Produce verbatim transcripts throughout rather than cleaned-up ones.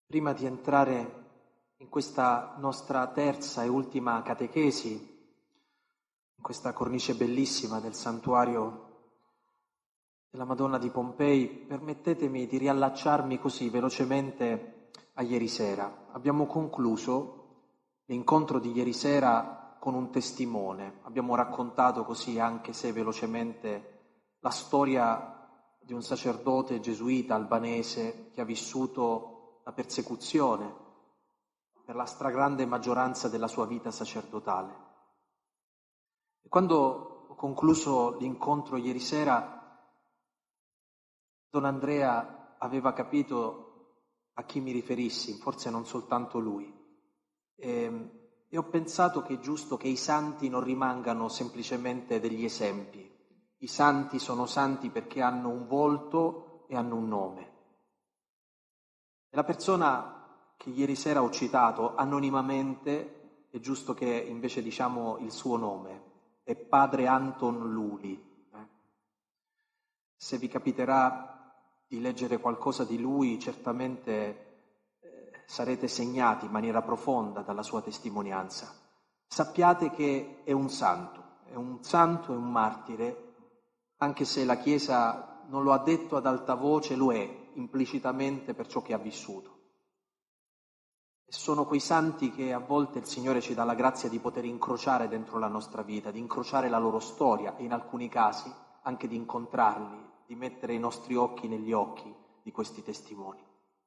Prima di entrare in questa nostra terza e ultima catechesi, in questa cornice bellissima del santuario della Madonna di Pompei, permettetemi di riallacciarmi così velocemente a ieri sera. Abbiamo concluso l'incontro di ieri sera con un testimone. Abbiamo raccontato così, anche se velocemente, la storia di un sacerdote gesuita albanese che ha vissuto la persecuzione per la stragrande maggioranza della sua vita sacerdotale. E quando ho concluso l'incontro ieri sera, Don Andrea aveva capito a chi mi riferissi, forse non soltanto lui, e, e ho pensato che è giusto che i santi non rimangano semplicemente degli esempi. I santi sono santi perché hanno un volto e hanno un nome. E la persona che ieri sera ho citato anonimamente, è giusto che invece diciamo il suo nome, è padre Anton Luli. Eh? Se vi capiterà di leggere qualcosa di lui, certamente eh, sarete segnati in maniera profonda dalla sua testimonianza. Sappiate che è un santo, è un santo e un martire, anche se la Chiesa non lo ha detto ad alta voce, lo è implicitamente per ciò che ha vissuto. E sono quei santi che a volte il Signore ci dà la grazia di poter incrociare dentro la nostra vita, di incrociare la loro storia e in alcuni casi anche di incontrarli, di mettere i nostri occhi negli occhi di questi testimoni.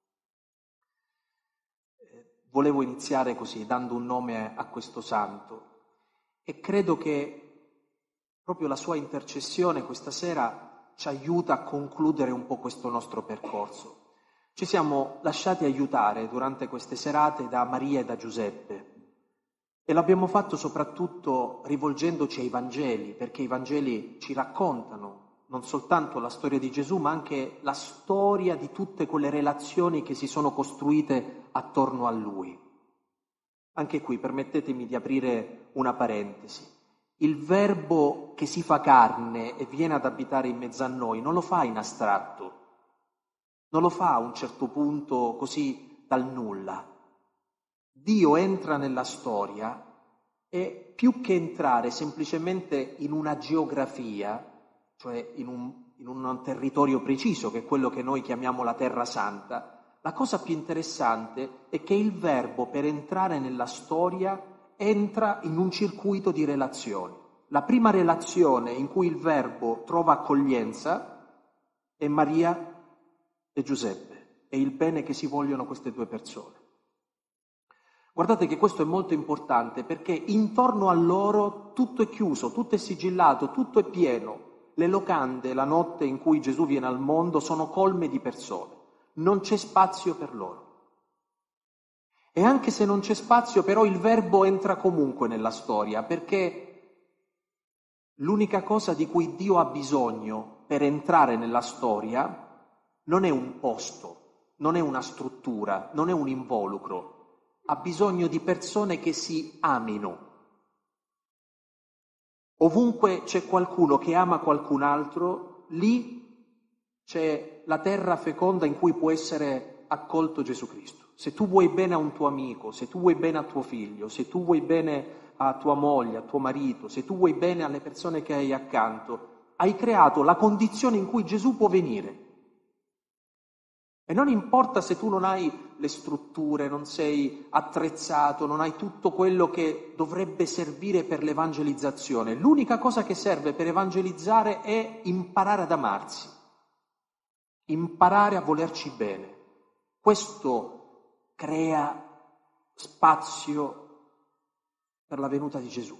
Eh, volevo iniziare così, dando un nome a questo santo, e credo che proprio la sua intercessione questa sera ci aiuta a concludere un po' questo nostro percorso. Ci siamo lasciati aiutare durante queste serate da Maria e da Giuseppe e l'abbiamo fatto soprattutto rivolgendoci ai Vangeli, perché i Vangeli ci raccontano non soltanto la storia di Gesù, ma anche la storia di tutte quelle relazioni che si sono costruite attorno a Lui. Anche qui permettetemi di aprire una parentesi. Il Verbo che si fa carne e viene ad abitare in mezzo a noi non lo fa in astratto, non lo fa a un certo punto così dal nulla. Dio entra nella storia e più che entrare semplicemente in una geografia, cioè in un, in un territorio preciso, che è quello che noi chiamiamo la Terra Santa, la cosa più interessante è che il Verbo, per entrare nella storia, entra in un circuito di relazioni. La prima relazione in cui il Verbo trova accoglienza è Maria e Giuseppe, è il bene che si vogliono queste due persone. Guardate che questo è molto importante perché intorno a loro tutto è chiuso, tutto è sigillato, tutto è pieno. Le locande, la notte in cui Gesù viene al mondo, sono colme di persone. Non c'è spazio per loro. E anche se non c'è spazio, però il Verbo entra comunque nella storia, perché l'unica cosa di cui Dio ha bisogno per entrare nella storia non è un posto, non è una struttura, non è un involucro. Ha bisogno di persone che si amino. Ovunque c'è qualcuno che ama qualcun altro, lì c'è la terra feconda in cui può essere accolto Gesù Cristo. Se tu vuoi bene a un tuo amico, se tu vuoi bene a tuo figlio, se tu vuoi bene a tua moglie, a tuo marito, se tu vuoi bene alle persone che hai accanto, hai creato la condizione in cui Gesù può venire. E non importa se tu non hai le strutture, non sei attrezzato, non hai tutto quello che dovrebbe servire per l'evangelizzazione. L'unica cosa che serve per evangelizzare è imparare ad amarsi, imparare a volerci bene. Questo crea spazio per la venuta di Gesù.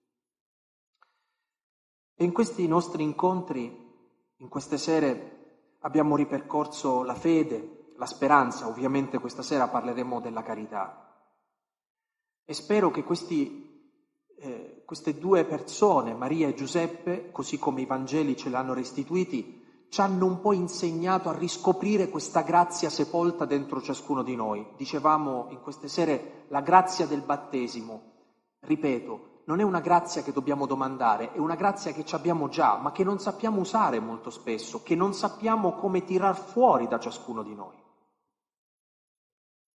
E in questi nostri incontri, in queste sere, abbiamo ripercorso la fede, la speranza, ovviamente questa sera parleremo della carità. E spero che questi, eh, queste due persone, Maria e Giuseppe, così come i Vangeli ce l'hanno restituiti, ci hanno un po' insegnato a riscoprire questa grazia sepolta dentro ciascuno di noi. Dicevamo in queste sere la grazia del battesimo. Ripeto, non è una grazia che dobbiamo domandare, è una grazia che ci abbiamo già, ma che non sappiamo usare molto spesso, che non sappiamo come tirar fuori da ciascuno di noi.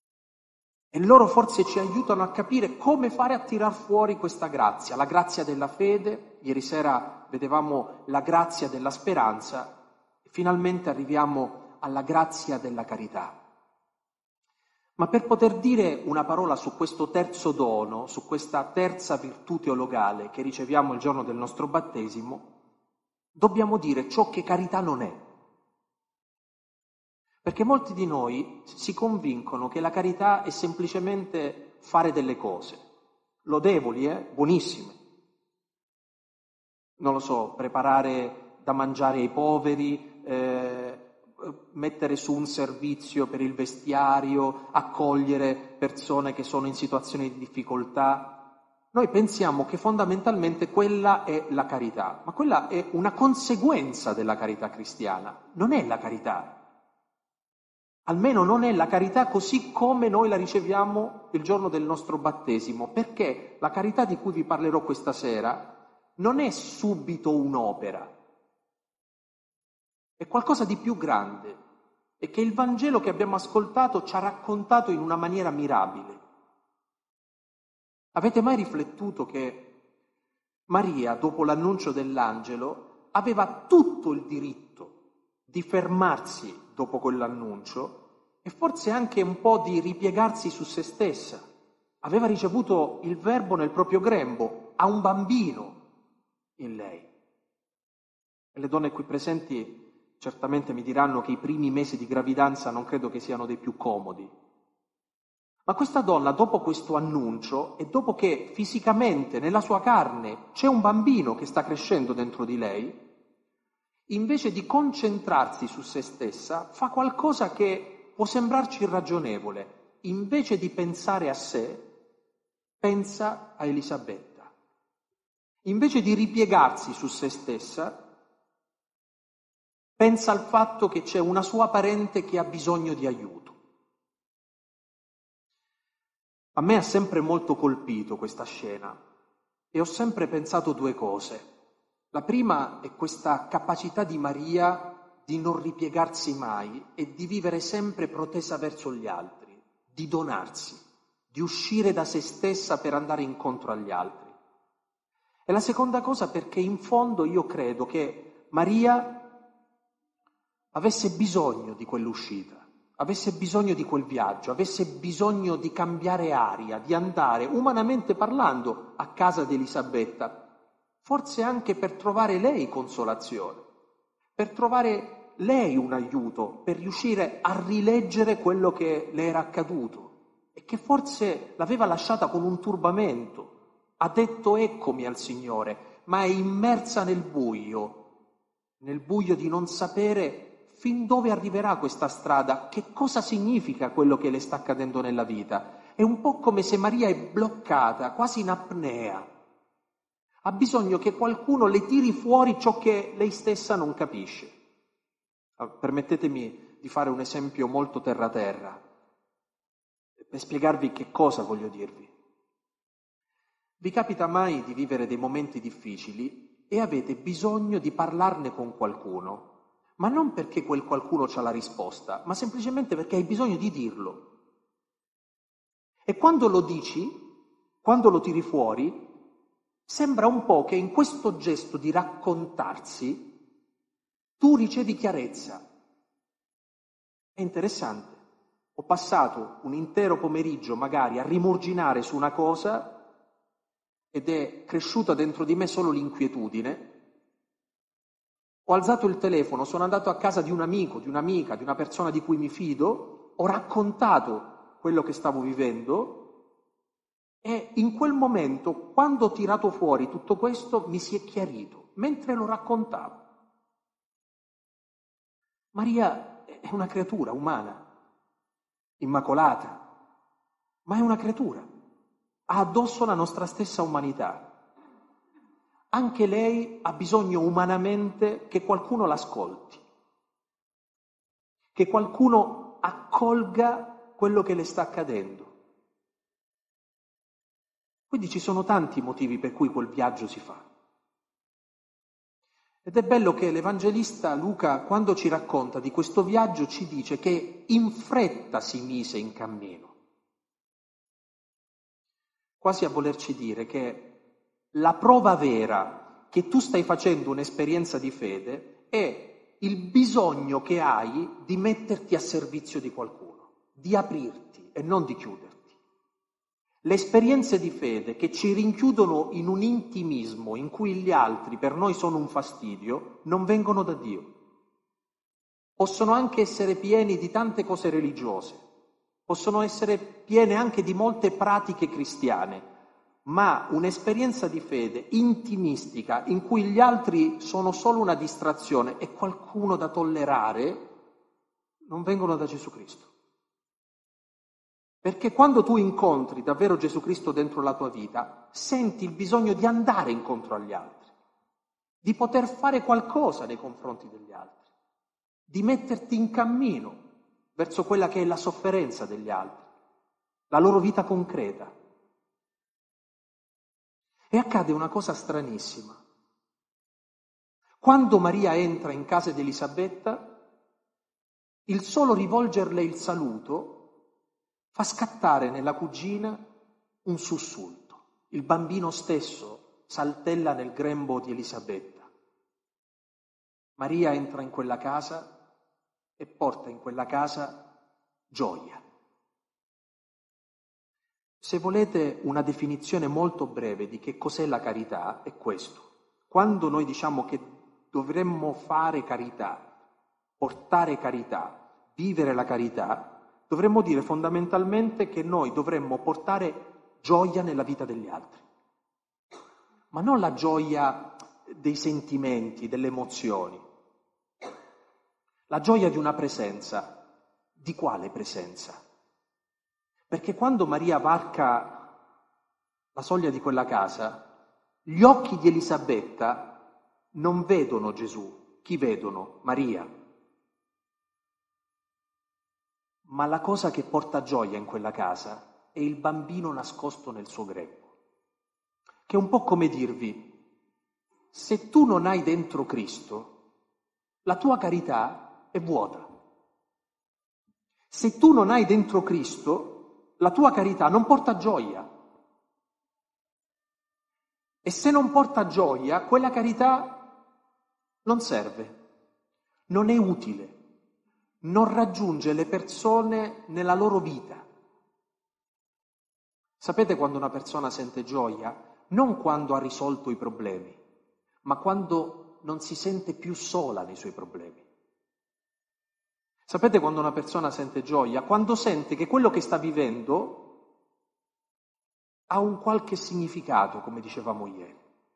E loro forse ci aiutano a capire come fare a tirar fuori questa grazia, la grazia della fede. Ieri sera vedevamo la grazia della speranza e finalmente arriviamo alla grazia della carità. Ma per poter dire una parola su questo terzo dono, su questa terza virtù teologale che riceviamo il giorno del nostro battesimo, dobbiamo dire ciò che carità non è. Perché molti di noi si convincono che la carità è semplicemente fare delle cose, lodevoli, eh? Buonissime. Non lo so, preparare da mangiare ai poveri, eh, mettere su un servizio per il vestiario, accogliere persone che sono in situazioni di difficoltà. Noi pensiamo che fondamentalmente quella è la carità, ma quella è una conseguenza della carità cristiana, non è la carità. Almeno non è la carità così come noi la riceviamo il giorno del nostro battesimo, perché la carità di cui vi parlerò questa sera non è subito un'opera, è qualcosa di più grande e che il Vangelo che abbiamo ascoltato ci ha raccontato in una maniera mirabile. Avete mai riflettuto che Maria, dopo l'annuncio dell'angelo, aveva tutto il diritto di fermarsi dopo quell'annuncio e forse anche un po' di ripiegarsi su se stessa? Aveva ricevuto il Verbo nel proprio grembo, ha un bambino in lei. E le donne qui presenti certamente mi diranno che i primi mesi di gravidanza non credo che siano dei più comodi. Ma questa donna, dopo questo annuncio e dopo che fisicamente nella sua carne c'è un bambino che sta crescendo dentro di lei, invece di concentrarsi su se stessa, fa qualcosa che può sembrarci irragionevole. Invece di pensare a sé, pensa a Elisabetta. Invece di ripiegarsi su se stessa, pensa al fatto che c'è una sua parente che ha bisogno di aiuto. A me ha sempre molto colpito questa scena e ho sempre pensato due cose. La prima è questa capacità di Maria di non ripiegarsi mai e di vivere sempre protesa verso gli altri, di donarsi, di uscire da se stessa per andare incontro agli altri. E la seconda cosa perché in fondo io credo che Maria avesse bisogno di quell'uscita, avesse bisogno di quel viaggio, avesse bisogno di cambiare aria, di andare, umanamente parlando, a casa di Elisabetta, forse anche per trovare lei consolazione, per trovare lei un aiuto, per riuscire a rileggere quello che le era accaduto e che forse l'aveva lasciata con un turbamento. Ha detto eccomi al Signore, ma è immersa nel buio, nel buio di non sapere fin dove arriverà questa strada, che cosa significa quello che le sta accadendo nella vita. È un po' come se Maria è bloccata, quasi in apnea. Ha bisogno che qualcuno le tiri fuori ciò che lei stessa non capisce. Permettetemi di fare un esempio molto terra-terra, per spiegarvi che cosa voglio dirvi. Vi capita mai di vivere dei momenti difficili e avete bisogno di parlarne con qualcuno? Ma non perché quel qualcuno c'ha la risposta, ma semplicemente perché hai bisogno di dirlo. E quando lo dici, quando lo tiri fuori, sembra un po' che in questo gesto di raccontarsi tu ricevi chiarezza. È interessante. Ho passato un intero pomeriggio magari a rimurginare su una cosa ed è cresciuta dentro di me solo l'inquietudine. Ho alzato il telefono, sono andato a casa di un amico, di un'amica, di una persona di cui mi fido, ho raccontato quello che stavo vivendo e in quel momento, quando ho tirato fuori tutto questo, mi si è chiarito, mentre lo raccontavo. Maria è una creatura umana, immacolata, ma è una creatura, ha addosso la nostra stessa umanità. Anche lei ha bisogno umanamente che qualcuno l'ascolti, che qualcuno accolga quello che le sta accadendo. Quindi ci sono tanti motivi per cui quel viaggio si fa. Ed è bello che l'Evangelista Luca, quando ci racconta di questo viaggio, ci dice che in fretta si mise in cammino. quasi a volerci dire che la prova vera che tu stai facendo un'esperienza di fede è il bisogno che hai di metterti a servizio di qualcuno, di aprirti e non di chiuderti. Le esperienze di fede che ci rinchiudono in un intimismo in cui gli altri per noi sono un fastidio, non vengono da Dio. Possono anche essere pieni di tante cose religiose, possono essere piene anche di molte pratiche cristiane, ma un'esperienza di fede intimistica in cui gli altri sono solo una distrazione e qualcuno da tollerare, non vengono da Gesù Cristo. Perché quando tu incontri davvero Gesù Cristo dentro la tua vita, senti il bisogno di andare incontro agli altri, di poter fare qualcosa nei confronti degli altri, di metterti in cammino verso quella che è la sofferenza degli altri, la loro vita concreta. E accade una cosa stranissima. Quando Maria entra in casa di Elisabetta, il solo rivolgerle il saluto fa scattare nella cugina un sussulto. Il bambino stesso saltella nel grembo di Elisabetta. Maria entra in quella casa e porta in quella casa gioia. Se volete una definizione molto breve di che cos'è la carità, è questo. Quando noi diciamo che dovremmo fare carità, portare carità, vivere la carità, dovremmo dire fondamentalmente che noi dovremmo portare gioia nella vita degli altri. Ma non la gioia dei sentimenti, delle emozioni. La gioia di una presenza. Di quale presenza? Perché quando Maria varca la soglia di quella casa, gli occhi di Elisabetta non vedono Gesù. Chi vedono? Maria. Ma la cosa che porta gioia in quella casa è il bambino nascosto nel suo grembo. Che è un po' come dirvi, se tu non hai dentro Cristo, la tua carità è vuota. Se tu non hai dentro Cristo, la tua carità non porta gioia. E se non porta gioia, quella carità non serve, non è utile, non raggiunge le persone nella loro vita. Sapete quando una persona sente gioia? Non quando ha risolto i problemi, ma quando non si sente più sola nei suoi problemi. Sapete quando una persona sente gioia? Quando sente che quello che sta vivendo ha un qualche significato, come dicevamo ieri.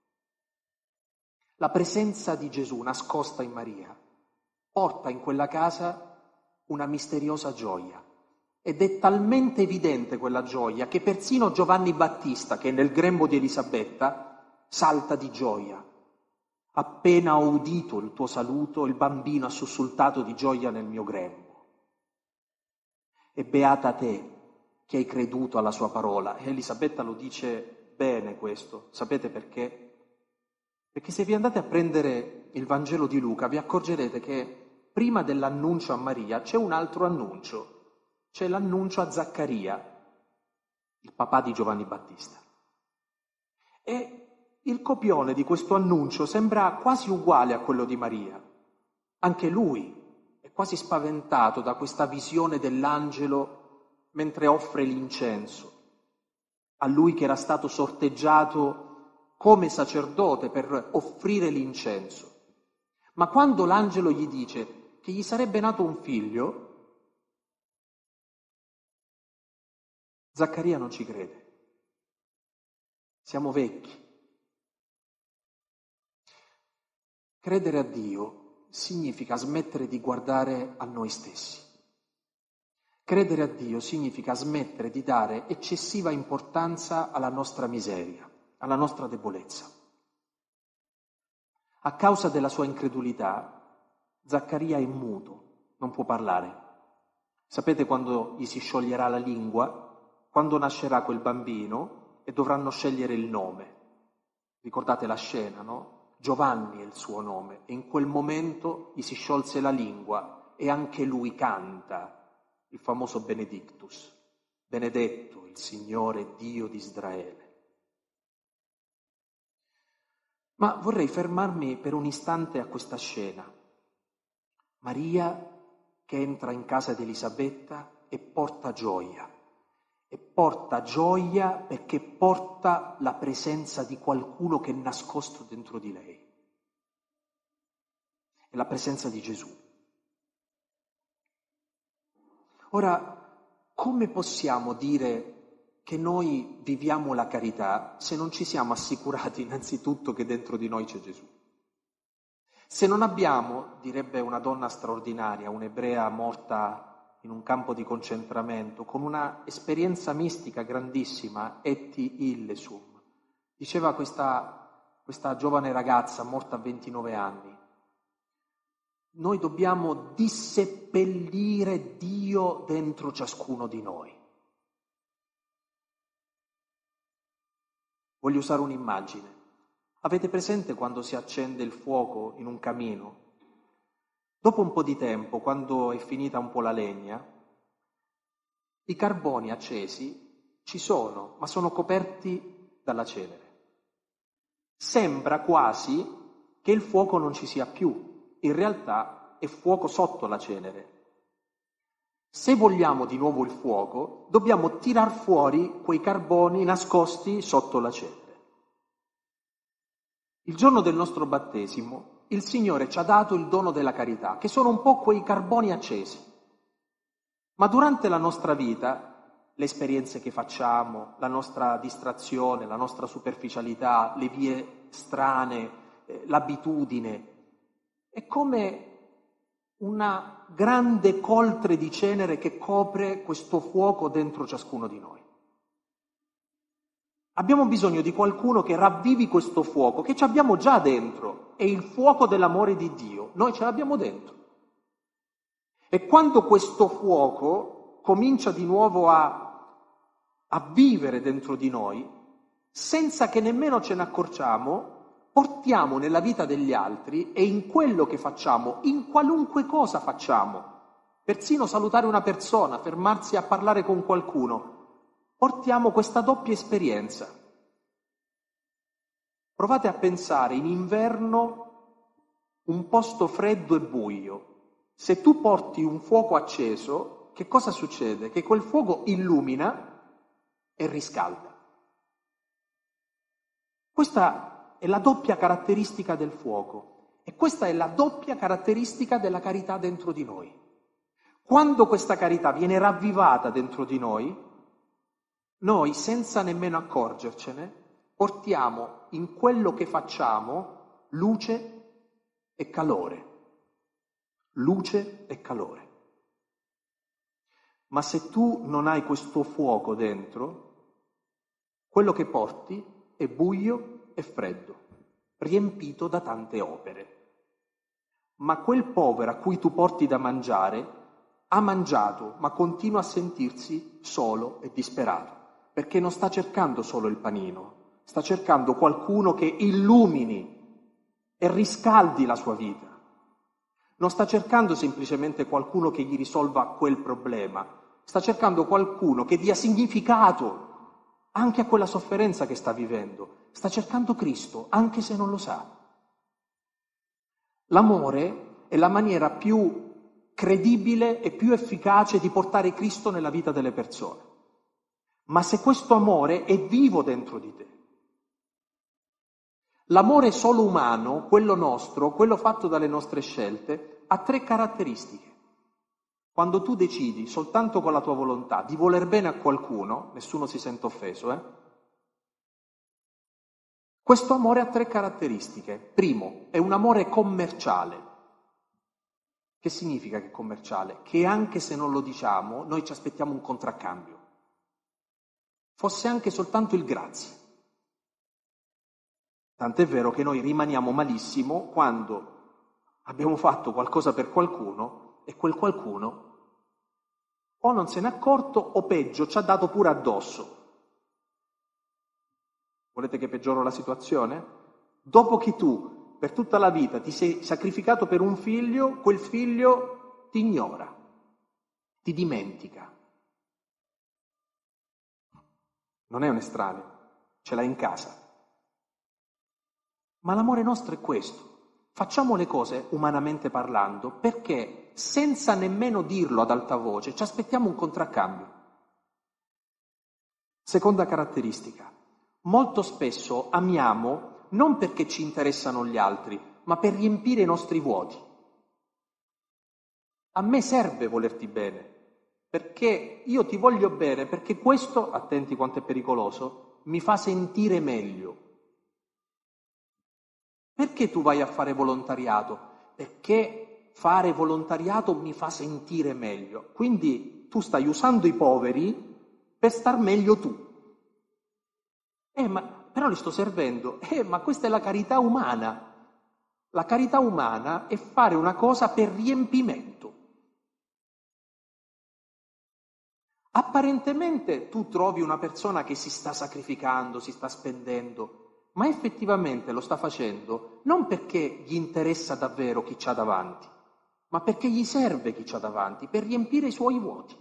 La presenza di Gesù nascosta in Maria porta in quella casa una misteriosa gioia. Ed è talmente evidente quella gioia che persino Giovanni Battista, che è nel grembo di Elisabetta, salta di gioia. Appena ho udito il tuo saluto, il bambino ha sussultato di gioia nel mio grembo. E beata te che hai creduto alla sua parola. E Elisabetta lo dice bene questo. Sapete perché? Perché se vi andate a prendere il Vangelo di Luca, vi accorgerete che prima dell'annuncio a Maria c'è un altro annuncio. C'è l'annuncio a Zaccaria, il papà di Giovanni Battista. E il copione di questo annuncio sembra quasi uguale a quello di Maria. Anche lui è quasi spaventato da questa visione dell'angelo mentre offre l'incenso. A lui che era stato sorteggiato come sacerdote per offrire l'incenso. Ma quando l'angelo gli dice che gli sarebbe nato un figlio, Zaccaria non ci crede. Siamo vecchi. Credere a Dio significa smettere di guardare a noi stessi. Credere a Dio significa smettere di dare eccessiva importanza alla nostra miseria, alla nostra debolezza. A causa della sua incredulità, Zaccaria è muto, non può parlare. Sapete quando gli si scioglierà la lingua? Quando nascerà quel bambino e dovranno scegliere il nome. Ricordate la scena, no? Giovanni è il suo nome e in quel momento gli si sciolse la lingua e anche lui canta il famoso Benedictus. Benedetto il Signore Dio di Israele. Ma vorrei fermarmi per un istante a questa scena. Maria che entra in casa di Elisabetta e porta gioia. E porta gioia perché porta la presenza di qualcuno che è nascosto dentro di lei. È la presenza di Gesù. Ora, come possiamo dire che noi viviamo la carità se non ci siamo assicurati innanzitutto che dentro di noi c'è Gesù? Se non abbiamo, direbbe una donna straordinaria, un'ebrea morta in un campo di concentramento, con una esperienza mistica grandissima, etti illesum, diceva questa, questa giovane ragazza morta a ventinove anni, noi dobbiamo disseppellire Dio dentro ciascuno di noi. Voglio usare un'immagine. Avete presente quando si accende il fuoco in un camino? Dopo un po' di tempo, quando è finita un po' la legna, i carboni accesi ci sono, ma sono coperti dalla cenere. Sembra quasi che il fuoco non ci sia più. In realtà è fuoco sotto la cenere. Se vogliamo di nuovo il fuoco, dobbiamo tirar fuori quei carboni nascosti sotto la cenere. Il giorno del nostro battesimo, il Signore ci ha dato il dono della carità, che sono un po' quei carboni accesi. Ma durante la nostra vita, le esperienze che facciamo, la nostra distrazione, la nostra superficialità, le vie strane, eh, l'abitudine, è come una grande coltre di cenere che copre questo fuoco dentro ciascuno di noi. Abbiamo bisogno di qualcuno che ravvivi questo fuoco, che ci abbiamo già dentro, è il fuoco dell'amore di Dio, noi ce l'abbiamo dentro. E quando questo fuoco comincia di nuovo a, a vivere dentro di noi, senza che nemmeno ce ne accorgiamo, portiamo nella vita degli altri e in quello che facciamo, in qualunque cosa facciamo, persino salutare una persona, fermarsi a parlare con qualcuno, portiamo questa doppia esperienza. Provate a pensare in inverno un posto freddo e buio. Se tu porti un fuoco acceso, che cosa succede? Che quel fuoco illumina e riscalda. Questa è la doppia caratteristica del fuoco e questa è la doppia caratteristica della carità dentro di noi. Quando questa carità viene ravvivata dentro di noi, noi, senza nemmeno accorgercene, portiamo in quello che facciamo luce e calore. Luce e calore. Ma se tu non hai questo fuoco dentro, quello che porti è buio e freddo, riempito da tante opere. Ma quel povero a cui tu porti da mangiare ha mangiato, ma continua a sentirsi solo e disperato. Perché non sta cercando solo il panino, sta cercando qualcuno che illumini e riscaldi la sua vita. Non sta cercando semplicemente qualcuno che gli risolva quel problema, sta cercando qualcuno che dia significato anche a quella sofferenza che sta vivendo. Sta cercando Cristo, anche se non lo sa. L'amore è la maniera più credibile e più efficace di portare Cristo nella vita delle persone. Ma se questo amore è vivo dentro di te. L'amore solo umano, quello nostro, quello fatto dalle nostre scelte, ha tre caratteristiche. Quando tu decidi soltanto con la tua volontà di voler bene a qualcuno, nessuno si sente offeso, eh? Questo amore ha tre caratteristiche. Primo, è un amore commerciale. Che significa che è commerciale? Che anche se non lo diciamo, noi ci aspettiamo un contraccambio. Fosse anche soltanto il grazie. Tant'è vero che noi rimaniamo malissimo quando abbiamo fatto qualcosa per qualcuno e quel qualcuno o non se n'è accorto o peggio ci ha dato pure addosso. Volete che peggioro la situazione? Dopo che tu per tutta la vita ti sei sacrificato per un figlio, quel figlio ti ignora, ti dimentica. non è un estraneo, ce l'hai in casa. Ma l'amore nostro è questo. Facciamo le cose, umanamente parlando, perché senza nemmeno dirlo ad alta voce ci aspettiamo un contraccambio. Seconda caratteristica. Molto spesso amiamo non perché ci interessano gli altri, ma per riempire i nostri vuoti. A me serve volerti bene, perché io ti voglio bene, perché questo, attenti quanto è pericoloso, mi fa sentire meglio. Perché tu vai a fare volontariato? Perché fare volontariato mi fa sentire meglio. Quindi tu stai usando i poveri per star meglio tu. Eh, ma però li sto servendo. Eh, ma questa è la carità umana. La carità umana è fare una cosa per riempimento. Apparentemente tu trovi una persona che si sta sacrificando, si sta spendendo, ma effettivamente lo sta facendo non perché gli interessa davvero chi c'ha davanti, ma perché gli serve chi c'ha davanti, per riempire i suoi vuoti.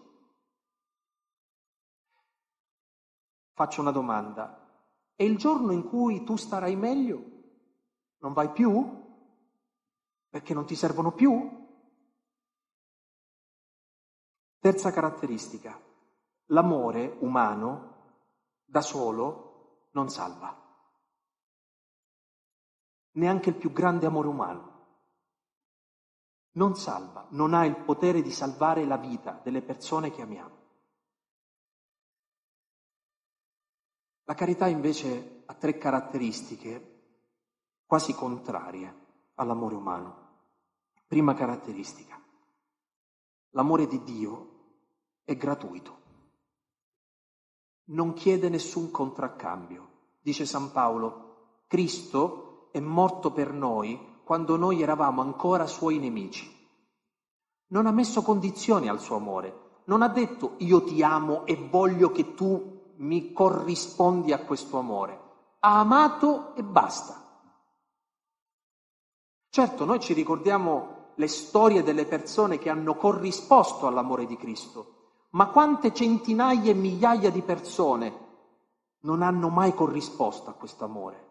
Faccio una domanda. E il giorno in cui tu starai meglio, non vai più? Perché non ti servono più? Terza caratteristica. L'amore umano da solo non salva. Neanche il più grande amore umano. Non salva, non ha il potere di salvare la vita delle persone che amiamo. La carità invece ha tre caratteristiche quasi contrarie all'amore umano. Prima caratteristica. L'amore di Dio è gratuito. Non chiede nessun contraccambio. Dice San Paolo, Cristo è morto per noi quando noi eravamo ancora suoi nemici. Non ha messo condizioni al suo amore. Non ha detto io ti amo e voglio che tu mi corrispondi a questo amore. Ha amato e basta. Certo, noi ci ricordiamo le storie delle persone che hanno corrisposto all'amore di Cristo. Ma quante centinaia e migliaia di persone non hanno mai corrisposto a questo amore?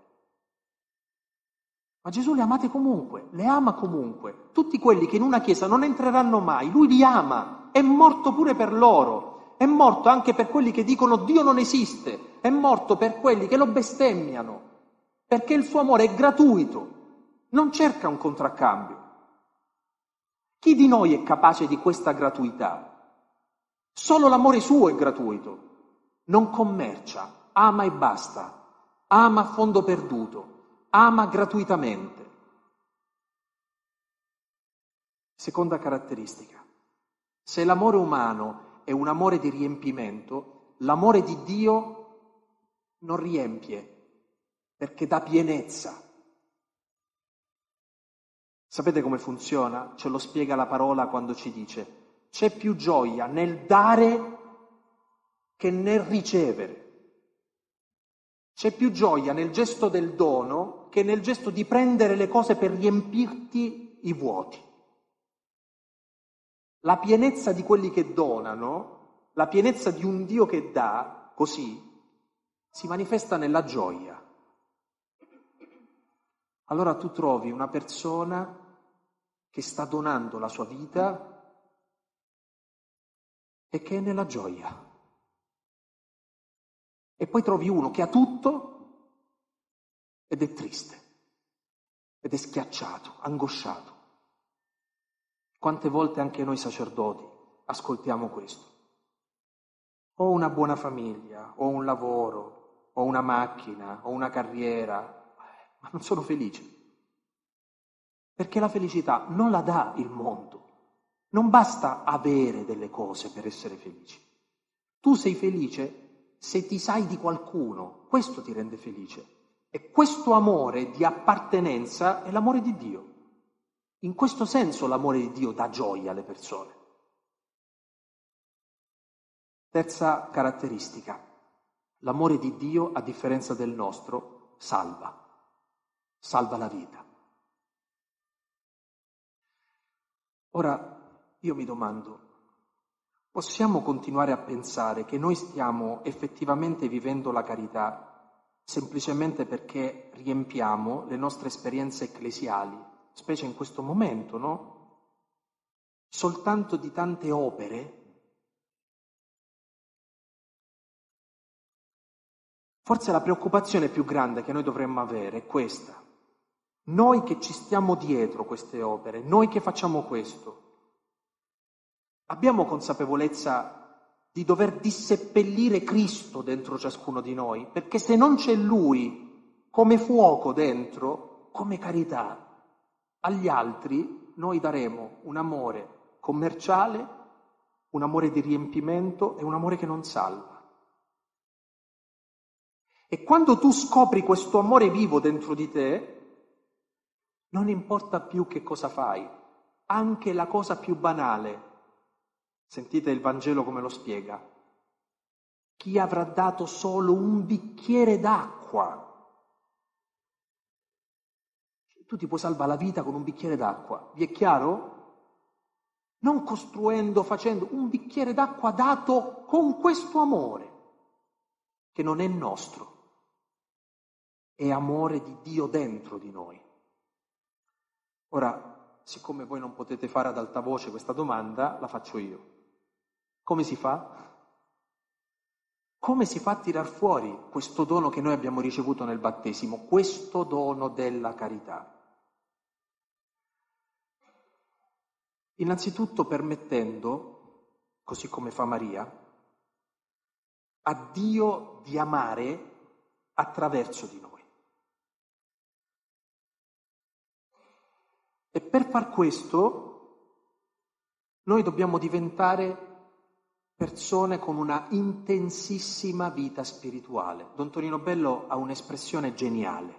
Ma Gesù le amate comunque, le ama comunque. Tutti quelli che in una chiesa non entreranno mai, Lui li ama, è morto pure per loro, è morto anche per quelli che dicono Dio non esiste, è morto per quelli che lo bestemmiano, perché il suo amore è gratuito, non cerca un contraccambio. Chi di noi è capace di questa gratuità? Solo l'amore suo è gratuito, non commercia, ama e basta, ama a fondo perduto, ama gratuitamente. Seconda caratteristica, se l'amore umano è un amore di riempimento, l'amore di Dio non riempie, perché dà pienezza. Sapete come funziona? Ce lo spiega la parola quando ci dice c'è più gioia nel dare che nel ricevere. C'è più gioia nel gesto del dono che nel gesto di prendere le cose per riempirti i vuoti. La pienezza di quelli che donano, la pienezza di un Dio che dà, così, si manifesta nella gioia. Allora tu trovi una persona che sta donando la sua vita e che è nella gioia. E poi trovi uno che ha tutto ed è triste, ed è schiacciato, angosciato. Quante volte anche noi sacerdoti ascoltiamo questo? Ho una buona famiglia, ho un lavoro, ho una macchina, ho una carriera, ma non sono felice. Perché la felicità non la dà il mondo. Non basta avere delle cose per essere felici. Tu sei felice se ti sai di qualcuno, questo ti rende felice. E questo amore di appartenenza è l'amore di Dio. In questo senso l'amore di Dio dà gioia alle persone. Terza caratteristica. L'amore di Dio, a differenza del nostro, salva. Salva la vita. Ora, io mi domando, possiamo continuare a pensare che noi stiamo effettivamente vivendo la carità semplicemente perché riempiamo le nostre esperienze ecclesiali, specie in questo momento, no? Soltanto di tante opere? Forse la preoccupazione più grande che noi dovremmo avere è questa. Noi che ci stiamo dietro queste opere, noi che facciamo questo, abbiamo consapevolezza di dover disseppellire Cristo dentro ciascuno di noi, perché se non c'è Lui come fuoco dentro, come carità, agli altri noi daremo un amore commerciale, un amore di riempimento e un amore che non salva. E quando tu scopri questo amore vivo dentro di te, non importa più che cosa fai, anche la cosa più banale. Sentite il Vangelo come lo spiega. Chi avrà dato solo un bicchiere d'acqua? Tu ti puoi salvare la vita con un bicchiere d'acqua, vi è chiaro? Non costruendo, facendo un bicchiere d'acqua dato con questo amore, che non è nostro, è amore di Dio dentro di noi. Ora, siccome voi non potete fare ad alta voce questa domanda, la faccio io. Come si fa? Come si fa a tirar fuori questo dono che noi abbiamo ricevuto nel battesimo, questo dono della carità? Innanzitutto permettendo, così come fa Maria, a Dio di amare attraverso di noi. E per far questo noi dobbiamo diventare persone con una intensissima vita spirituale. Don Tonino Bello ha un'espressione geniale.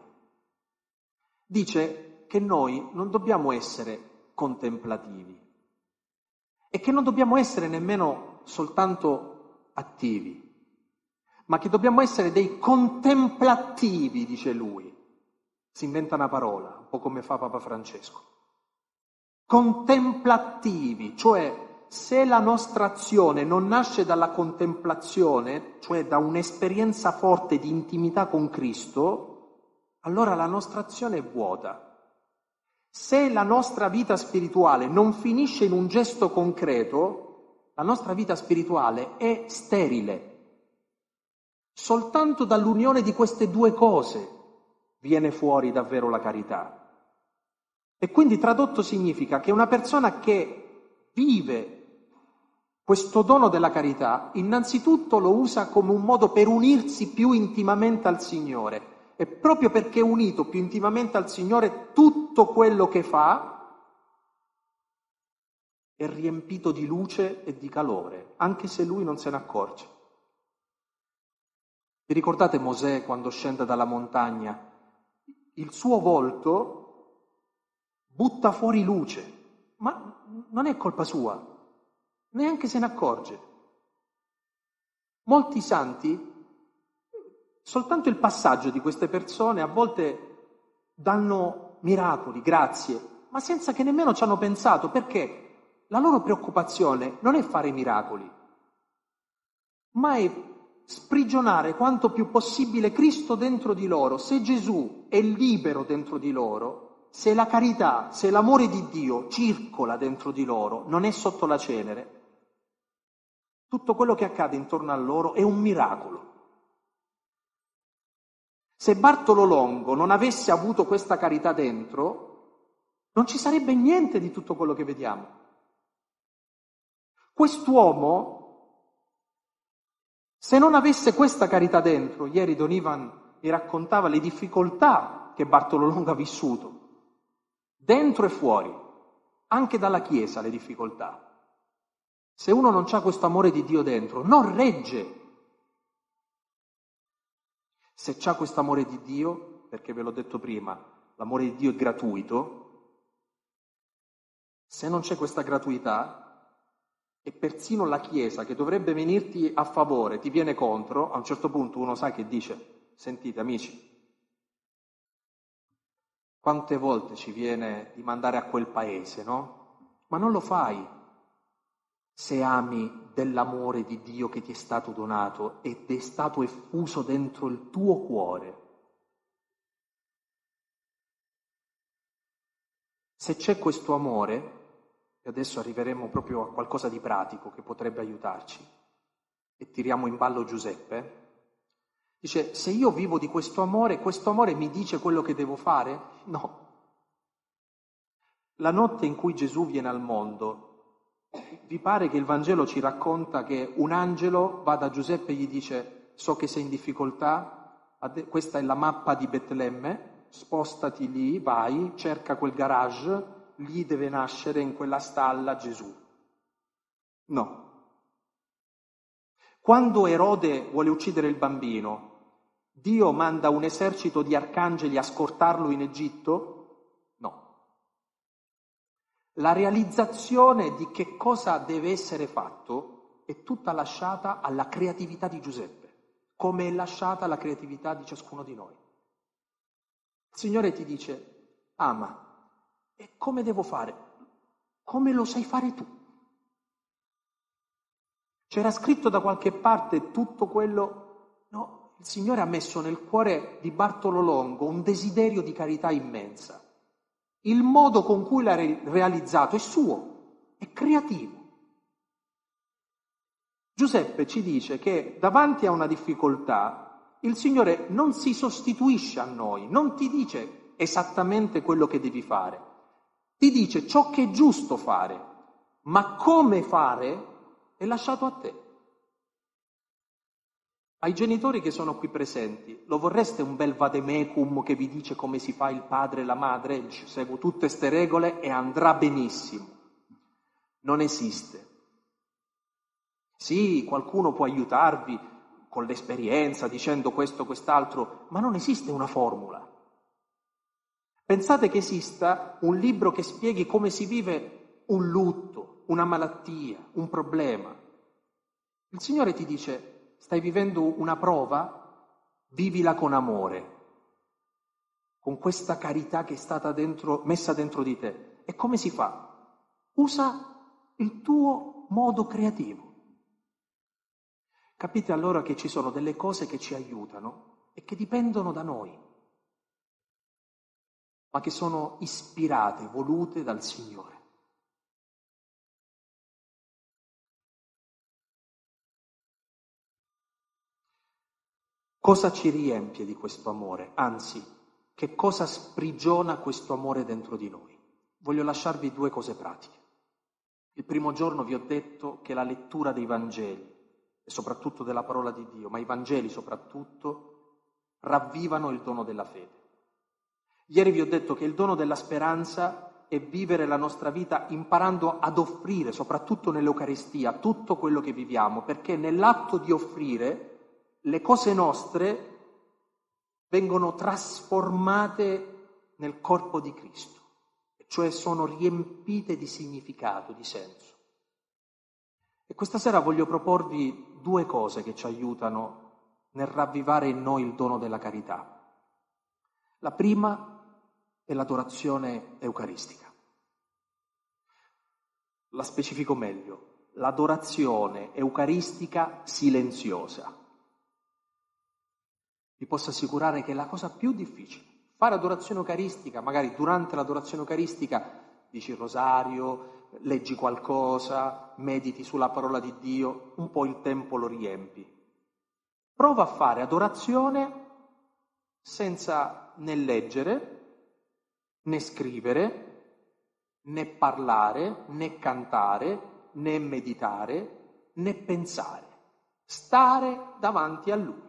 Dice che noi non dobbiamo essere contemplativi e che non dobbiamo essere nemmeno soltanto attivi, ma che dobbiamo essere dei contemplativi, dice lui. Si inventa una parola, un po' come fa Papa Francesco. Contemplativi, cioè se la nostra azione non nasce dalla contemplazione, cioè da un'esperienza forte di intimità con Cristo, allora la nostra azione è vuota. Se la nostra vita spirituale non finisce in un gesto concreto, la nostra vita spirituale è sterile. Soltanto dall'unione di queste due cose viene fuori davvero la carità. E quindi tradotto significa che una persona che vive questo dono della carità, innanzitutto lo usa come un modo per unirsi più intimamente al Signore. E proprio perché è unito più intimamente al Signore, tutto quello che fa è riempito di luce e di calore, anche se lui non se ne accorge. Vi ricordate Mosè quando scende dalla montagna? Il suo volto butta fuori luce, ma non è colpa sua, neanche se ne accorge. Molti santi, soltanto il passaggio di queste persone a volte danno miracoli, grazie, ma senza che nemmeno ci hanno pensato, perché la loro preoccupazione non è fare miracoli, ma è sprigionare quanto più possibile Cristo dentro di loro. Se Gesù è libero dentro di loro, se la carità, se l'amore di Dio circola dentro di loro, non è sotto la cenere, tutto quello che accade intorno a loro è un miracolo. Se Bartolo Longo non avesse avuto questa carità dentro, non ci sarebbe niente di tutto quello che vediamo. Quest'uomo, se non avesse questa carità dentro, ieri Don Ivan mi raccontava le difficoltà che Bartolo Longo ha vissuto, dentro e fuori, anche dalla Chiesa le difficoltà. Se uno non ha questo amore di Dio dentro, non regge. Se c'ha questo amore di Dio, perché ve l'ho detto prima, l'amore di Dio è gratuito, se non c'è questa gratuità, e persino la Chiesa che dovrebbe venirti a favore ti viene contro, a un certo punto uno sa che dice: sentite amici, quante volte ci viene di mandare a quel paese, no? Ma non lo fai se ami dell'amore di Dio che ti è stato donato ed è stato effuso dentro il tuo cuore. Se c'è questo amore, e adesso arriveremo proprio a qualcosa di pratico che potrebbe aiutarci, e tiriamo in ballo Giuseppe, dice, se io vivo di questo amore, questo amore mi dice quello che devo fare? No. La notte in cui Gesù viene al mondo, vi pare che il Vangelo ci racconta che un angelo va da Giuseppe e gli dice, so che sei in difficoltà, questa è la mappa di Betlemme, spostati lì, vai, cerca quel garage, lì deve nascere in quella stalla Gesù. No. Quando Erode vuole uccidere il bambino, Dio manda un esercito di arcangeli a scortarlo in Egitto? La realizzazione di che cosa deve essere fatto è tutta lasciata alla creatività di Giuseppe, come è lasciata la creatività di ciascuno di noi. Il Signore ti dice, ama, e come devo fare? Come lo sai fare tu? C'era scritto da qualche parte tutto quello? No, il Signore ha messo nel cuore di Bartolo Longo un desiderio di carità immensa. Il modo con cui l'ha realizzato è suo, è creativo. Giuseppe ci dice che davanti a una difficoltà il Signore non si sostituisce a noi, non ti dice esattamente quello che devi fare, ti dice ciò che è giusto fare, ma come fare è lasciato a te. Ai genitori che sono qui presenti, lo vorreste un bel vademecum che vi dice come si fa il padre e la madre? Dice, seguo tutte ste regole e andrà benissimo. Non esiste. Sì, qualcuno può aiutarvi con l'esperienza, dicendo questo, quest'altro, ma non esiste una formula. Pensate che esista un libro che spieghi come si vive un lutto, una malattia, un problema. Il Signore ti dice, stai vivendo una prova? Vivila con amore, con questa carità che è stata dentro, messa dentro di te. E come si fa? Usa il tuo modo creativo. Capite allora che ci sono delle cose che ci aiutano e che dipendono da noi, ma che sono ispirate, volute dal Signore. Cosa ci riempie di questo amore? Anzi, che cosa sprigiona questo amore dentro di noi? Voglio lasciarvi due cose pratiche. Il primo giorno vi ho detto che la lettura dei Vangeli, e soprattutto della parola di Dio, ma i Vangeli soprattutto, ravvivano il dono della fede. Ieri vi ho detto che il dono della speranza è vivere la nostra vita imparando ad offrire, soprattutto nell'Eucaristia, tutto quello che viviamo, perché nell'atto di offrire le cose nostre vengono trasformate nel corpo di Cristo, cioè sono riempite di significato, di senso. E questa sera voglio proporvi due cose che ci aiutano nel ravvivare in noi il dono della carità. La prima è l'adorazione eucaristica. La specifico meglio, l'adorazione eucaristica silenziosa. Vi posso assicurare che è la cosa più difficile. Fare adorazione eucaristica, magari durante l'adorazione eucaristica dici il rosario, leggi qualcosa, mediti sulla parola di Dio, un po' il tempo lo riempi. Prova a fare adorazione senza né leggere, né scrivere, né parlare, né cantare, né meditare, né pensare. Stare davanti a Lui.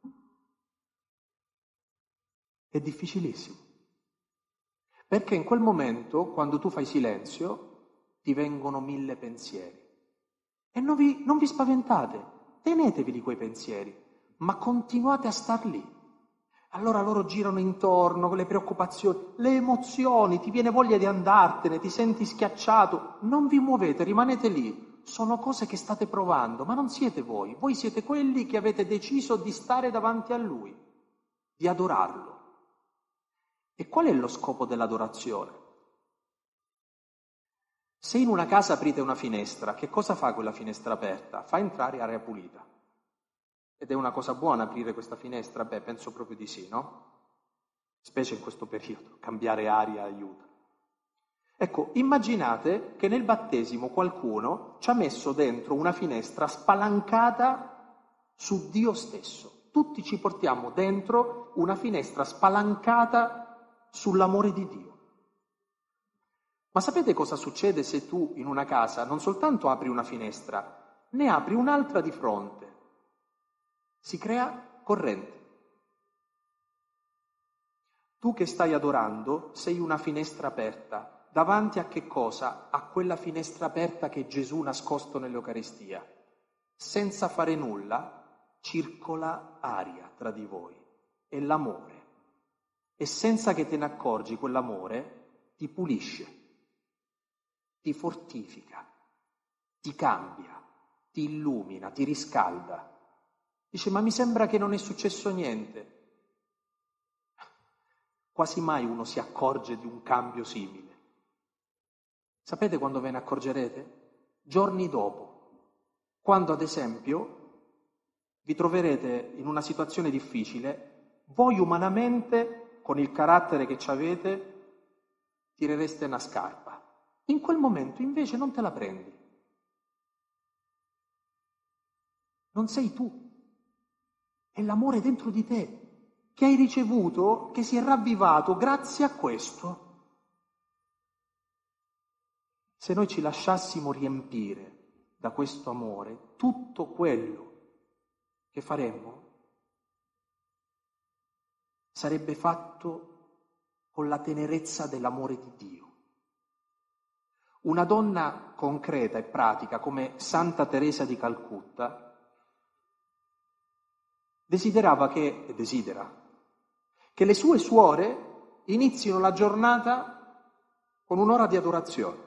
È difficilissimo, perché in quel momento, quando tu fai silenzio, ti vengono mille pensieri. E non vi, non vi spaventate, tenetevi di quei pensieri, ma continuate a star lì. Allora loro girano intorno con le preoccupazioni, le emozioni, ti viene voglia di andartene, ti senti schiacciato. Non vi muovete, rimanete lì. Sono cose che state provando, ma non siete voi. Voi siete quelli che avete deciso di stare davanti a Lui, di adorarlo. E qual è lo scopo dell'adorazione? Se in una casa aprite una finestra, che cosa fa quella finestra aperta? Fa entrare aria pulita. Ed è una cosa buona aprire questa finestra? Beh, penso proprio di sì, no? Specie in questo periodo, cambiare aria aiuta. Ecco, immaginate che nel battesimo qualcuno ci ha messo dentro una finestra spalancata su Dio stesso. Tutti ci portiamo dentro una finestra spalancata sull'amore di Dio. Ma sapete cosa succede se tu in una casa non soltanto apri una finestra, ne apri un'altra di fronte? Si crea corrente. Tu che stai adorando sei una finestra aperta. Davanti a che cosa? A quella finestra aperta che Gesù ha nascosto nell'Eucaristia. Senza fare nulla, circola aria tra di voi. È l'amore. E senza che te ne accorgi, quell'amore ti pulisce, ti fortifica, ti cambia, ti illumina, ti riscalda. Dice, ma mi sembra che non è successo niente. Quasi mai uno si accorge di un cambio simile. Sapete quando ve ne accorgerete? Giorni dopo, quando ad esempio vi troverete in una situazione difficile, voi umanamente, con il carattere che avete, tirereste una scarpa. In quel momento invece non te la prendi. Non sei tu, è l'amore dentro di te che hai ricevuto, che si è ravvivato grazie a questo. Se noi ci lasciassimo riempire da questo amore, tutto quello che faremmo sarebbe fatto con la tenerezza dell'amore di Dio. Una donna concreta e pratica come Santa Teresa di Calcutta desiderava che, e desidera, che le sue suore inizino la giornata con un'ora di adorazione.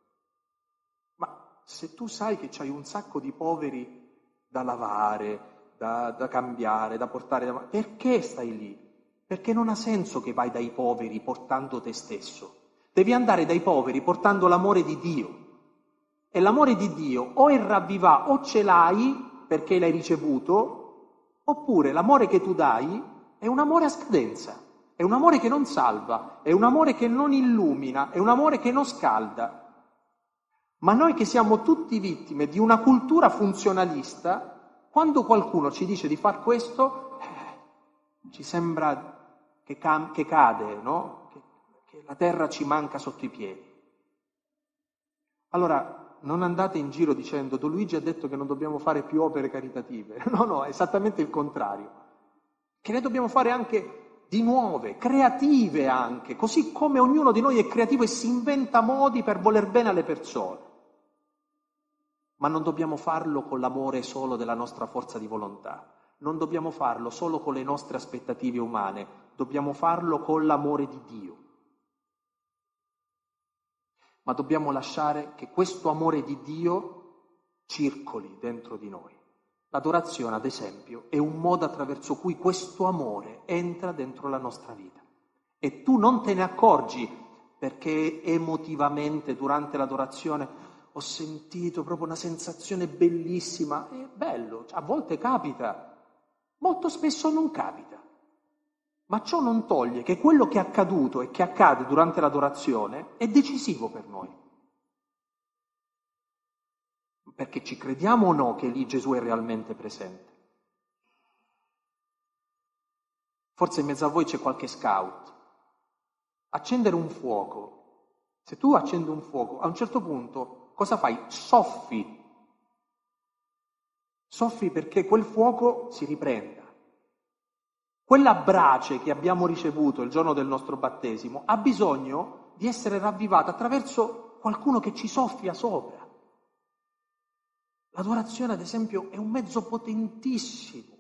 Ma se tu sai che c'hai un sacco di poveri da lavare, da, da cambiare, da portare, da... perché stai lì? Perché non ha senso che vai dai poveri portando te stesso. Devi andare dai poveri portando l'amore di Dio. E l'amore di Dio o è ravviva o ce l'hai perché l'hai ricevuto, oppure l'amore che tu dai è un amore a scadenza, è un amore che non salva, è un amore che non illumina, è un amore che non scalda. Ma noi che siamo tutti vittime di una cultura funzionalista, quando qualcuno ci dice di far questo, eh, ci sembra che, cam- che cade, no? Che, che la terra ci manca sotto i piedi. Allora, non andate in giro dicendo Don Luigi ha detto che non dobbiamo fare più opere caritative. No, no, è esattamente il contrario. Che ne dobbiamo fare anche di nuove, creative anche, così come ognuno di noi è creativo e si inventa modi per voler bene alle persone. Ma non dobbiamo farlo con l'amore solo della nostra forza di volontà, non dobbiamo farlo solo con le nostre aspettative umane, dobbiamo farlo con l'amore di Dio. Ma dobbiamo lasciare che questo amore di Dio circoli dentro di noi. L'adorazione, ad esempio, è un modo attraverso cui questo amore entra dentro la nostra vita. E tu non te ne accorgi perché emotivamente durante l'adorazione ho sentito proprio una sensazione bellissima. È bello, a volte capita, molto spesso non capita. Ma ciò non toglie che quello che è accaduto e che accade durante l'adorazione è decisivo per noi. Perché ci crediamo o no che lì Gesù è realmente presente? Forse in mezzo a voi c'è qualche scout. Accendere un fuoco. Se tu accendi un fuoco, a un certo punto cosa fai? Soffi. Soffi perché quel fuoco si riprenda. Quella brace che abbiamo ricevuto il giorno del nostro battesimo ha bisogno di essere ravvivata attraverso qualcuno che ci soffia sopra. L'adorazione, ad esempio, è un mezzo potentissimo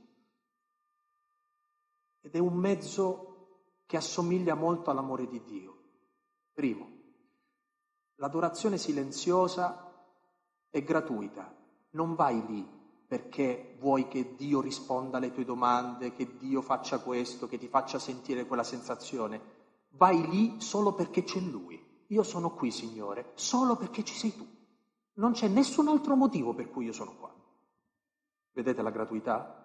ed è un mezzo che assomiglia molto all'amore di Dio. Primo, l'adorazione silenziosa è gratuita, non vai lì perché vuoi che Dio risponda alle tue domande, che Dio faccia questo, che ti faccia sentire quella sensazione. Vai lì solo perché c'è Lui. io sono qui, Signore, solo perché ci sei tu. Non c'è nessun altro motivo per cui io sono qua. Vedete la gratuità?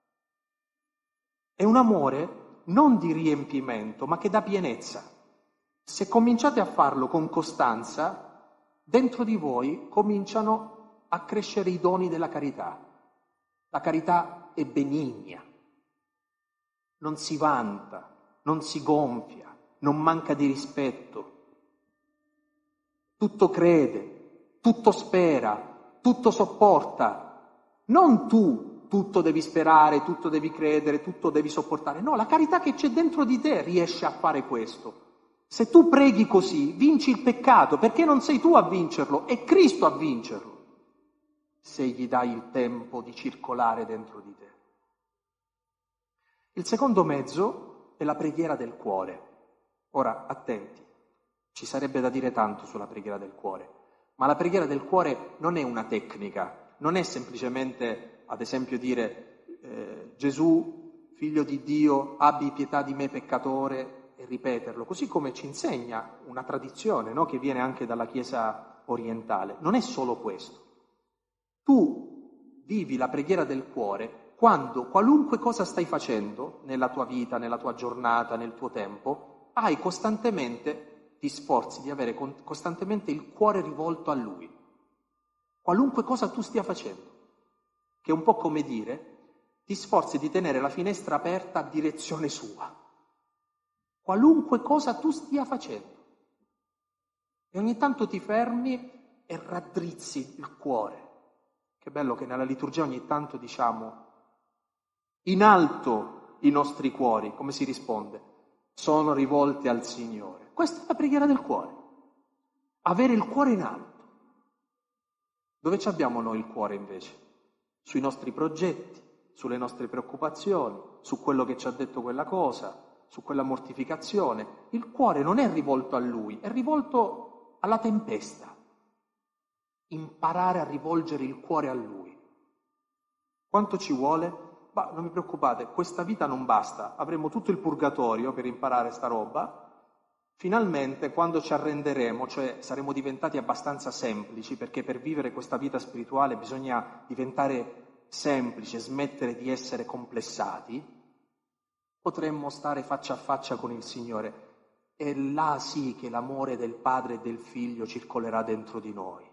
È un amore non di riempimento, ma che dà pienezza. Se cominciate a farlo con costanza, dentro di voi cominciano a crescere i doni della carità. La carità è benigna, non si vanta, non si gonfia, non manca di rispetto. Tutto crede, tutto spera, tutto sopporta. Non tu tutto devi sperare, tutto devi credere, tutto devi sopportare. No, la carità che c'è dentro di te riesce a fare questo. Se tu preghi così, vinci il peccato, perché non sei tu a vincerlo, è Cristo a vincerlo, se gli dai il tempo di circolare dentro di te. Il secondo mezzo è la preghiera del cuore. Ora, attenti, ci sarebbe da dire tanto sulla preghiera del cuore, ma la preghiera del cuore non è una tecnica, non è semplicemente, ad esempio, dire eh, Gesù, figlio di Dio, abbi pietà di me peccatore, e ripeterlo, così come ci insegna una tradizione, no? Che viene anche dalla Chiesa orientale. Non è solo questo. Tu vivi la preghiera del cuore quando qualunque cosa stai facendo nella tua vita, nella tua giornata, nel tuo tempo, hai costantemente, ti sforzi di avere costantemente il cuore rivolto a Lui. Qualunque cosa tu stia facendo, che è un po' come dire, ti sforzi di tenere la finestra aperta a direzione sua. Qualunque cosa tu stia facendo. E ogni tanto ti fermi e raddrizzi il cuore. Che bello che nella liturgia ogni tanto diciamo in alto i nostri cuori, come si risponde? Sono rivolti al Signore. Questa è la preghiera del cuore. Avere il cuore in alto. Dove ci abbiamo noi il cuore invece? Sui nostri progetti, sulle nostre preoccupazioni, su quello che ci ha detto quella cosa, su quella mortificazione. Il cuore non è rivolto a Lui, è rivolto alla tempesta. Imparare a rivolgere il cuore a Lui. Quanto ci vuole? Ma non vi preoccupate, questa vita non basta, avremo tutto il purgatorio per imparare sta roba. Finalmente, quando ci arrenderemo, cioè saremo diventati abbastanza semplici, perché per vivere questa vita spirituale bisogna diventare semplici, smettere di essere complessati, potremmo stare faccia a faccia con il Signore. E là sì che l'amore del Padre e del Figlio circolerà dentro di noi.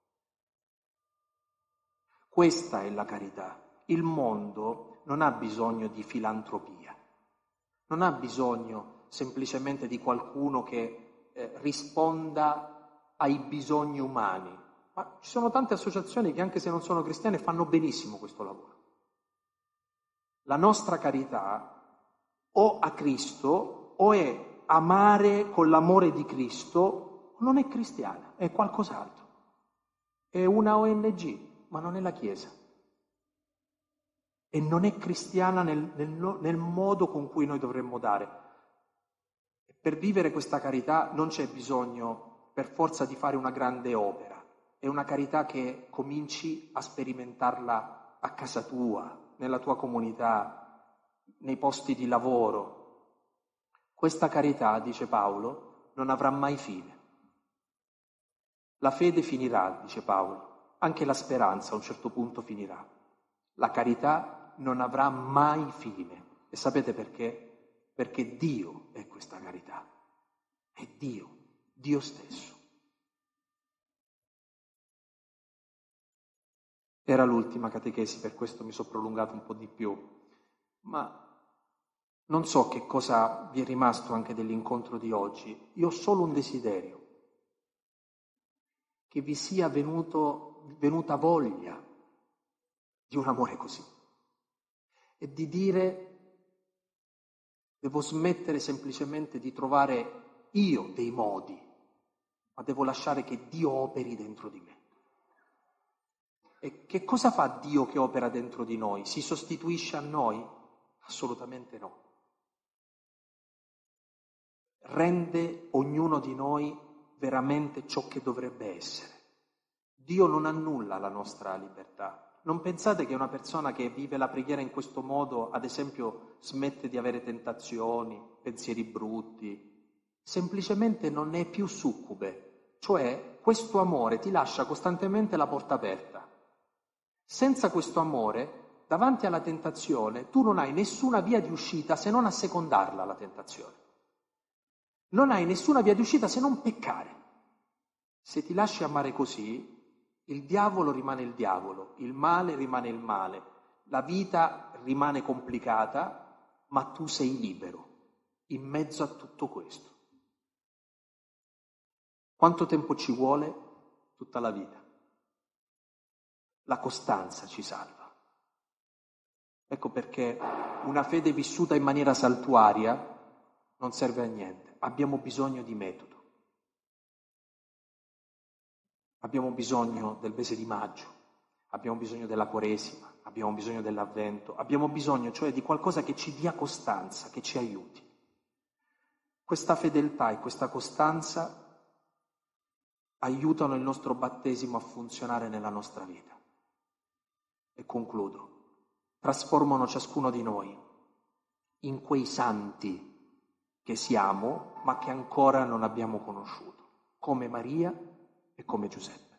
Questa è la carità. Il mondo non ha bisogno di filantropia, non ha bisogno semplicemente di qualcuno che eh, risponda ai bisogni umani. Ma ci sono tante associazioni che, anche se non sono cristiane, fanno benissimo questo lavoro. La nostra carità o a Cristo o è amare con l'amore di Cristo, o non è cristiana, è qualcos'altro. È una O N G, ma non è la Chiesa. E non è cristiana nel, nel, nel modo con cui noi dovremmo dare. E per vivere questa carità non c'è bisogno per forza di fare una grande opera. È una carità che cominci a sperimentarla a casa tua, nella tua comunità, nei posti di lavoro. Questa carità, dice Paolo, non avrà mai fine. La fede finirà, dice Paolo, anche la speranza a un certo punto finirà. La carità non avrà mai fine. E sapete perché? Perché Dio è questa carità. È Dio, Dio stesso. Era l'ultima catechesi, per questo mi sono prolungato un po' di più, ma non so che cosa vi è rimasto anche dell'incontro di oggi. Io ho solo un desiderio, che vi sia venuto, venuta voglia di un amore così. E di dire, devo smettere semplicemente di trovare io dei modi, ma devo lasciare che Dio operi dentro di me. E che cosa fa Dio che opera dentro di noi? Si sostituisce a noi? Assolutamente no. Rende ognuno di noi veramente ciò che dovrebbe essere. Dio non annulla la nostra libertà. Non pensate che una persona che vive la preghiera in questo modo, ad esempio, smette di avere tentazioni, pensieri brutti, semplicemente non è più succube, cioè questo amore ti lascia costantemente la porta aperta. Senza questo amore, davanti alla tentazione, tu non hai nessuna via di uscita se non assecondarla la tentazione. Non hai nessuna via di uscita se non peccare. Se ti lasci amare così, il diavolo rimane il diavolo, il male rimane il male, la vita rimane complicata, ma tu sei libero in mezzo a tutto questo. Quanto tempo ci vuole? Tutta la vita. La costanza ci salva. Ecco perché una fede vissuta in maniera saltuaria non serve a niente. Abbiamo bisogno di metodo. Abbiamo bisogno del mese di maggio, abbiamo bisogno della Quaresima, abbiamo bisogno dell'Avvento, abbiamo bisogno cioè di qualcosa che ci dia costanza, che ci aiuti. Questa fedeltà e questa costanza aiutano il nostro battesimo a funzionare nella nostra vita. E concludo. Trasformano ciascuno di noi in quei santi che siamo, ma che ancora non abbiamo conosciuto, come Maria e come Giuseppe.